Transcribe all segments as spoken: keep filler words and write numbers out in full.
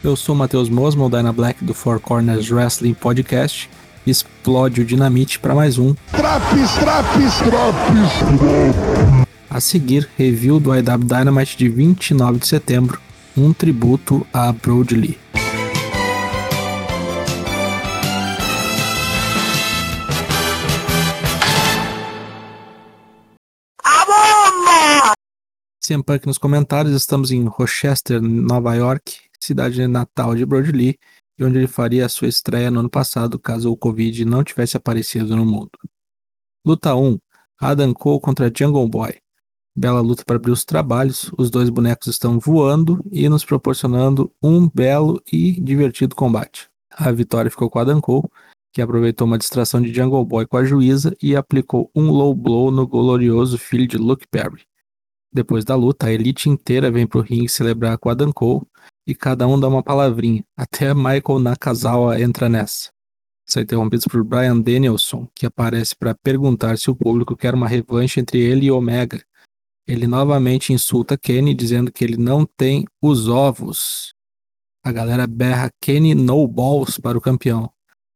Eu sou o Matheus Mosman, o Dyna Black do Four Corners Wrestling Podcast. Explode o dinamite para mais um Traps, traps, traps. A seguir, review do I W Dynamite de vinte e nove de setembro, um tributo a Brody Lee. C M Punk nos comentários. Estamos em Rochester, Nova York, cidade natal de Brody Lee, e onde ele faria a sua estreia no ano passado, caso o Covid não tivesse aparecido no mundo. Luta um, Adam Cole contra Jungle Boy. Bela luta para abrir os trabalhos, os dois bonecos estão voando e nos proporcionando um belo e divertido combate. A vitória ficou com Adam Cole, que aproveitou uma distração de Jungle Boy com a juíza e aplicou um low blow no glorioso filho de Luke Perry. Depois da luta, a elite inteira vem pro ringue celebrar com Adam Cole e cada um dá uma palavrinha, até Michael Nakazawa entra nessa. São interrompidos por Bryan Danielson, que aparece para perguntar se o público quer uma revanche entre ele e Omega. Ele novamente insulta Kenny, dizendo que ele não tem os ovos. A galera berra Kenny no balls para o campeão.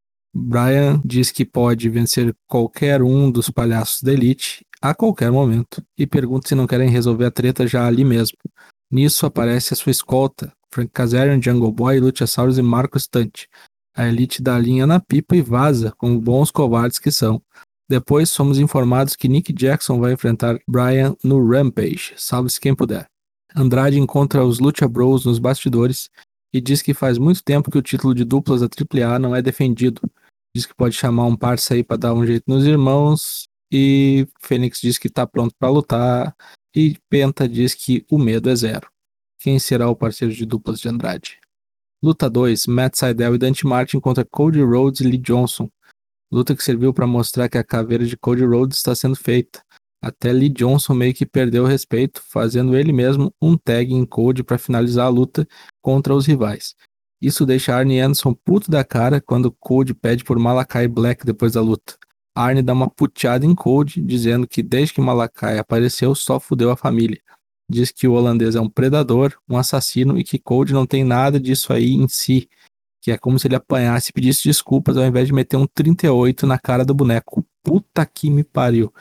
Bryan diz que pode vencer qualquer um dos palhaços da elite a qualquer momento e pergunta se não querem resolver a treta já ali mesmo. Nisso aparece a sua escolta, Frank Kazarian, Jungle Boy, Luchasaurus e Marco Stunt. A elite dá a linha na pipa e vaza, como bons covardes que são. Depois somos informados que Nick Jackson vai enfrentar Bryan no Rampage, salve-se quem puder. Andrade encontra os Lucha Bros nos bastidores e diz que faz muito tempo que o título de duplas da Triple A não é defendido. Diz que pode chamar um parça aí pra dar um jeito nos irmãos, e Fênix diz que tá pronto pra lutar, e Penta diz que o medo é zero. Quem será o parceiro de duplas de Andrade? Luta dois, Matt Sydal e Dante Martin contra Cody Rhodes e Lee Johnson. Luta que serviu pra mostrar que a caveira de Cody Rhodes está sendo feita. Até Lee Johnson meio que perdeu o respeito, fazendo ele mesmo um tag em Cody pra finalizar a luta contra os rivais. Isso deixa Arn Anderson puto da cara quando Cody pede por Malakai Black depois da luta. Arn dá uma puteada em Cody, dizendo que desde que Malakai apareceu só fudeu a família. Diz que o holandês é um predador, um assassino e que Cody não tem nada disso aí em si, que é como se ele apanhasse e pedisse desculpas ao invés de meter um trinta e oito na cara do boneco. Puta que me pariu.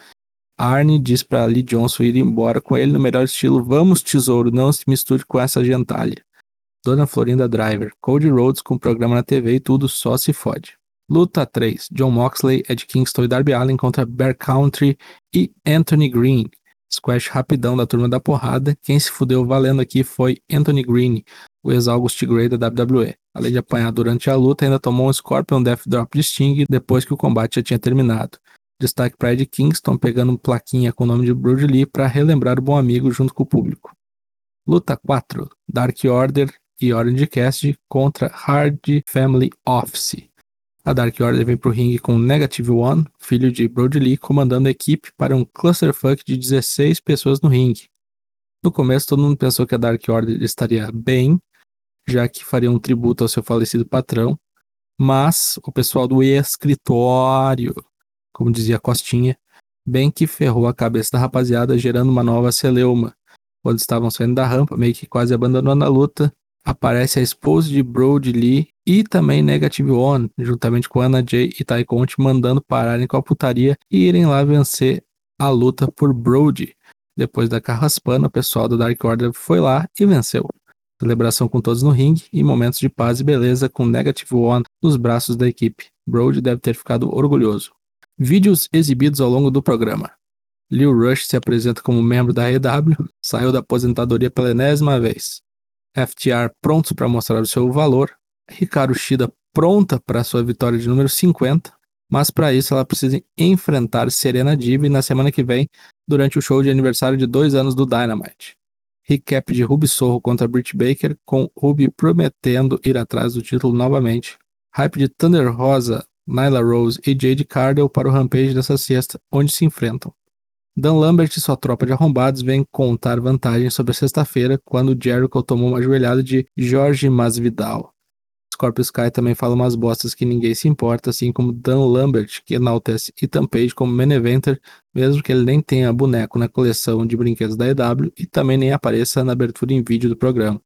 Arn diz pra Lee Johnson ir embora com ele no melhor estilo: vamos tesouro, não se misture com essa gentalha. Dona Florinda Driver, Cody Rhodes com programa na T V e tudo só se fode. Luta três, Jon Moxley, Ed Kingston e Darby Allin contra Bear Country e Anthony Green. Squash rapidão da turma da porrada. Quem se fudeu valendo aqui foi Anthony Green, o ex-August Grey da W W E. Além de apanhar durante a luta, ainda tomou um Scorpion Death Drop de Sting depois que o combate já tinha terminado. Destaque para Ed Kingston pegando plaquinha com o nome de Brody Lee para relembrar o bom amigo junto com o público. Luta quatro, Dark Order e Orange Cassidy contra Hard Family Office. A Dark Order vem pro ringue com Negative One, filho de Brody Lee, comandando a equipe para um clusterfuck de dezesseis pessoas no ringue. No começo todo mundo pensou que a Dark Order estaria bem, já que faria um tributo ao seu falecido patrão, mas o pessoal do escritório, como dizia Costinha, bem que ferrou a cabeça da rapaziada, gerando uma nova celeuma. Quando estavam saindo da rampa, meio que quase abandonando a luta, aparece a esposa de Brody Lee e também Negative One, juntamente com Anna Jay e Ty Conti, mandando pararem com a putaria e irem lá vencer a luta por Brody. Depois da carraspana, o pessoal do Dark Order foi lá e venceu. Celebração com todos no ringue e momentos de paz e beleza com Negative One nos braços da equipe. Brody deve ter ficado orgulhoso. Vídeos exibidos ao longo do programa. Lio Rush se apresenta como membro da A E W, saiu da aposentadoria pela enésima vez. F T R prontos para mostrar o seu valor. Hikaru Shida pronta para sua vitória de número cinquenta, mas para isso ela precisa enfrentar Serena Deeb na semana que vem, durante o show de aniversário de dois anos do Dynamite. Recap de Ruby Soho contra Britt Baker, com Ruby prometendo ir atrás do título novamente. Hype de Thunder Rosa, Nyla Rose e Jade Cargill para o Rampage dessa sexta, onde se enfrentam. Dan Lambert e sua tropa de arrombados vêm contar vantagem sobre a sexta-feira, quando Jericho tomou uma joelhada de Jorge Masvidal. Scorpio Sky também fala umas bostas que ninguém se importa, assim como Dan Lambert, que enaltece Ethan Page como main eventer, mesmo que ele nem tenha boneco na coleção de brinquedos da A E W e também nem apareça na abertura em vídeo do programa.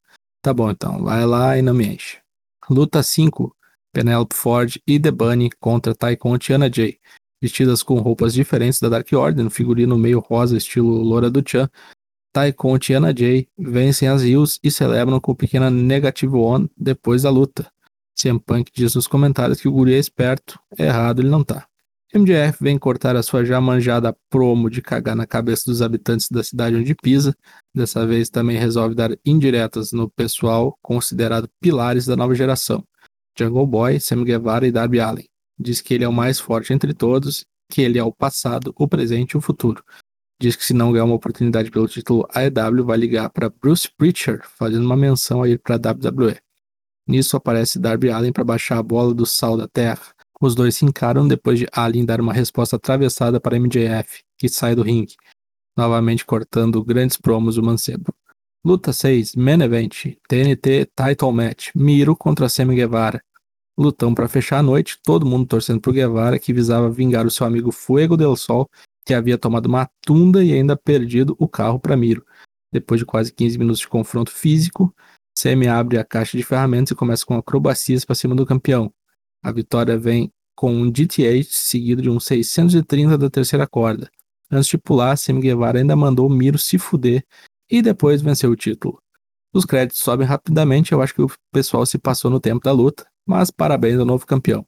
Tá bom então, vai lá e não me enche. Luta cinco, Penelope Ford e The Bunny contra Tay Conti e Anna Jay. Vestidas com roupas diferentes da Dark Order, no figurino meio rosa estilo Loura do Chan, Tay Conti e Anna Jay vencem as Heels e celebram com pequena Negative One depois da luta. C M Punk diz nos comentários que o guri é esperto, errado ele não tá. M J F vem cortar a sua já manjada promo de cagar na cabeça dos habitantes da cidade onde pisa. Dessa vez também resolve dar indiretas no pessoal considerado pilares da nova geração. Jungle Boy, Sammy Guevara e Darby Allin. Diz que ele é o mais forte entre todos, que ele é o passado, o presente e o futuro. Diz que se não ganhar uma oportunidade pelo título A E W, vai ligar para Bruce Prichard, fazendo uma menção a ir para a W W E. Nisso aparece Darby Allin para baixar a bola do sal da terra. Os dois se encaram depois de Allin dar uma resposta atravessada para M J F, que sai do ringue, novamente cortando grandes promos do mancebo. Luta seis, Main Event, T N T Title Match, Miro contra Sammy Guevara. Lutão para fechar a noite, todo mundo torcendo pro Guevara, que visava vingar o seu amigo Fuego del Sol, que havia tomado uma tunda e ainda perdido o carro para Miro. Depois de quase quinze minutos de confronto físico, Sammy abre a caixa de ferramentas e começa com acrobacias para cima do campeão. A vitória vem com um D T H seguido de um seiscentos e trinta da terceira corda. Antes de pular, Sammy Guevara ainda mandou o Miro se fuder e depois venceu o título. Os créditos sobem rapidamente, eu acho que o pessoal se passou no tempo da luta, mas parabéns ao novo campeão.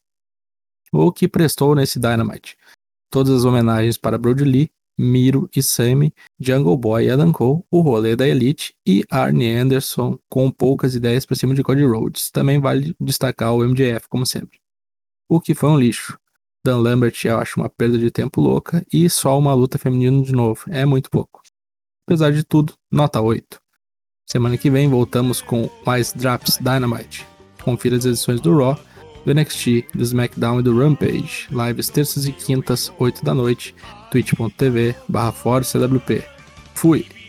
O que prestou nesse Dynamite? Todas as homenagens para Brody Lee, Miro e Sammy, Jungle Boy e Adam Cole, o rolê da Elite e Arnie Anderson com poucas ideias para cima de Cody Rhodes. Também vale destacar o M J F como sempre. O que foi um lixo. Dan Lambert eu acho uma perda de tempo louca e só uma luta feminina de novo, é muito pouco. Apesar de tudo, nota oito. Semana que vem voltamos com mais Drops Dynamite. Confira as edições do Raw, do N X T, do SmackDown e do Rampage. Lives terças e quintas, oito da noite, twitch ponto tv barra force C W P. Fui!